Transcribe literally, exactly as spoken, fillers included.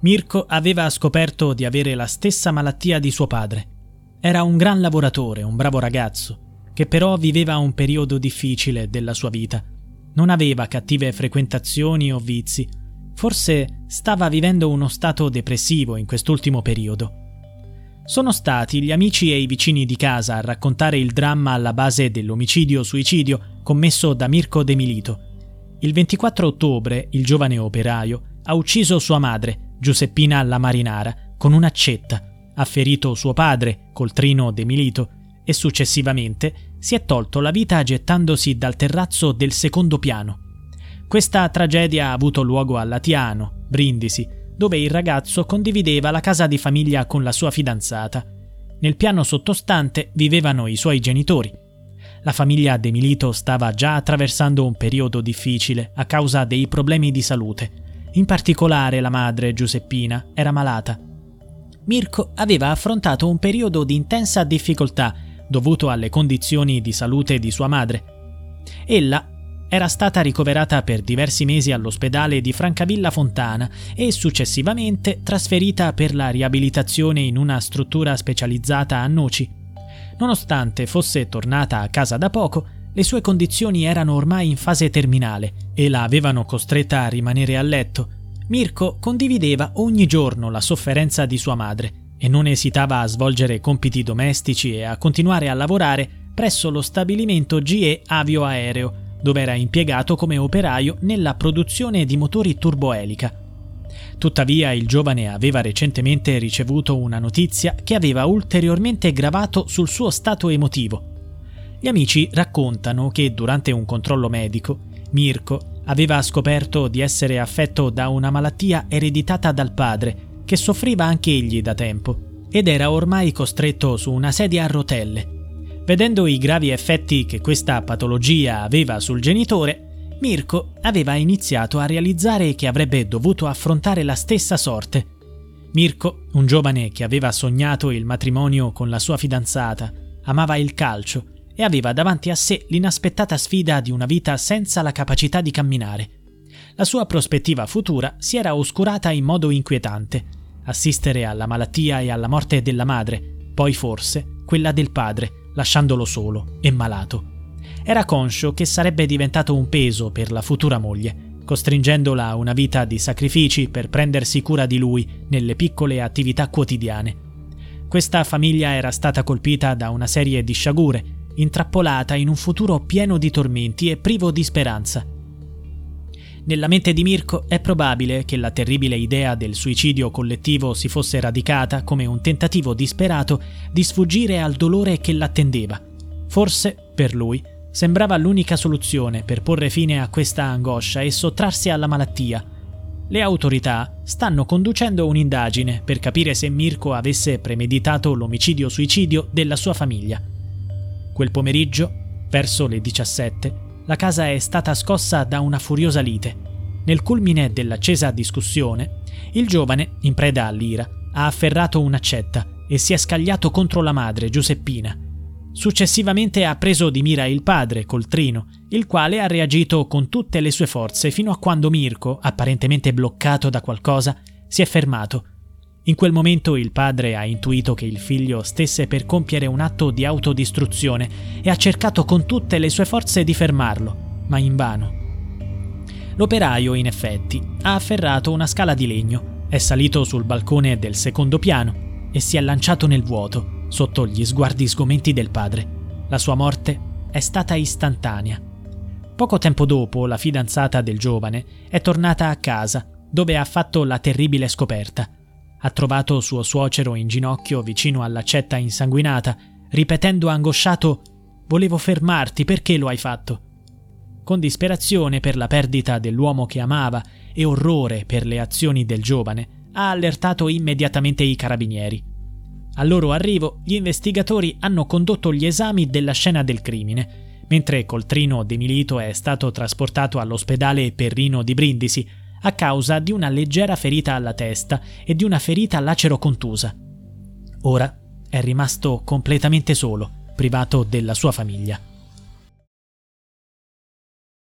Mirko aveva scoperto di avere la stessa malattia di suo padre. Era un gran lavoratore, un bravo ragazzo, che però viveva un periodo difficile della sua vita. Non aveva cattive frequentazioni o vizi. Forse stava vivendo uno stato depressivo in quest'ultimo periodo. Sono stati gli amici e i vicini di casa a raccontare il dramma alla base dell'omicidio-suicidio commesso da Mirko De Milito. Il ventiquattro ottobre il giovane operaio ha ucciso sua madre, Giuseppina La Marinara, con un'accetta, ha ferito suo padre, Coltrino De Milito, e successivamente si è tolto la vita gettandosi dal terrazzo del secondo piano. Questa tragedia ha avuto luogo a Latiano, Brindisi, dove il ragazzo condivideva la casa di famiglia con la sua fidanzata. Nel piano sottostante vivevano i suoi genitori. La famiglia De Milito stava già attraversando un periodo difficile a causa dei problemi di salute. In particolare la madre, Giuseppina, era malata. Mirko aveva affrontato un periodo di intensa difficoltà dovuto alle condizioni di salute di sua madre. Ella era stata ricoverata per diversi mesi all'ospedale di Francavilla Fontana e successivamente trasferita per la riabilitazione in una struttura specializzata a Noci. Nonostante fosse tornata a casa da poco, le sue condizioni erano ormai in fase terminale e la avevano costretta a rimanere a letto. Mirko condivideva ogni giorno la sofferenza di sua madre e non esitava a svolgere compiti domestici e a continuare a lavorare presso lo stabilimento G E Avio Aereo, dove era impiegato come operaio nella produzione di motori turboelica. Tuttavia il giovane aveva recentemente ricevuto una notizia che aveva ulteriormente gravato sul suo stato emotivo. Gli amici raccontano che durante un controllo medico, Mirko aveva scoperto di essere affetto da una malattia ereditata dal padre, che soffriva anche egli da tempo, ed era ormai costretto su una sedia a rotelle. Vedendo i gravi effetti che questa patologia aveva sul genitore, Mirko aveva iniziato a realizzare che avrebbe dovuto affrontare la stessa sorte. Mirko, un giovane che aveva sognato il matrimonio con la sua fidanzata, amava il calcio e aveva davanti a sé l'inaspettata sfida di una vita senza la capacità di camminare. La sua prospettiva futura si era oscurata in modo inquietante. Assistere alla malattia e alla morte della madre, poi forse quella del padre, lasciandolo solo e malato. Era conscio che sarebbe diventato un peso per la futura moglie, costringendola a una vita di sacrifici per prendersi cura di lui nelle piccole attività quotidiane. Questa famiglia era stata colpita da una serie di sciagure, intrappolata in un futuro pieno di tormenti e privo di speranza. Nella mente di Mirko è probabile che la terribile idea del suicidio collettivo si fosse radicata come un tentativo disperato di sfuggire al dolore che l'attendeva. Forse, per lui, sembrava l'unica soluzione per porre fine a questa angoscia e sottrarsi alla malattia. Le autorità stanno conducendo un'indagine per capire se Mirko avesse premeditato l'omicidio-suicidio della sua famiglia. Quel pomeriggio, verso le diciassette, la casa è stata scossa da una furiosa lite. Nel culmine dell'accesa discussione, il giovane, in preda all'ira, ha afferrato un'accetta e si è scagliato contro la madre, Giuseppina. Successivamente ha preso di mira il padre, Coltrino, il quale ha reagito con tutte le sue forze fino a quando Mirko, apparentemente bloccato da qualcosa, si è fermato. In quel momento il padre ha intuito che il figlio stesse per compiere un atto di autodistruzione e ha cercato con tutte le sue forze di fermarlo, ma invano. L'operaio, in effetti, ha afferrato una scala di legno, è salito sul balcone del secondo piano e si è lanciato nel vuoto, sotto gli sguardi sgomenti del padre. La sua morte è stata istantanea. Poco tempo dopo, la fidanzata del giovane è tornata a casa, dove ha fatto la terribile scoperta. Ha trovato suo suocero in ginocchio vicino all'accetta insanguinata, ripetendo angosciato: «Volevo fermarti, perché lo hai fatto?» Con disperazione per la perdita dell'uomo che amava e orrore per le azioni del giovane, ha allertato immediatamente i carabinieri. Al loro arrivo, gli investigatori hanno condotto gli esami della scena del crimine, mentre Coltrino De Milito è stato trasportato all'ospedale Perrino di Brindisi a causa di una leggera ferita alla testa e di una ferita lacero-contusa. Ora è rimasto completamente solo, privato della sua famiglia.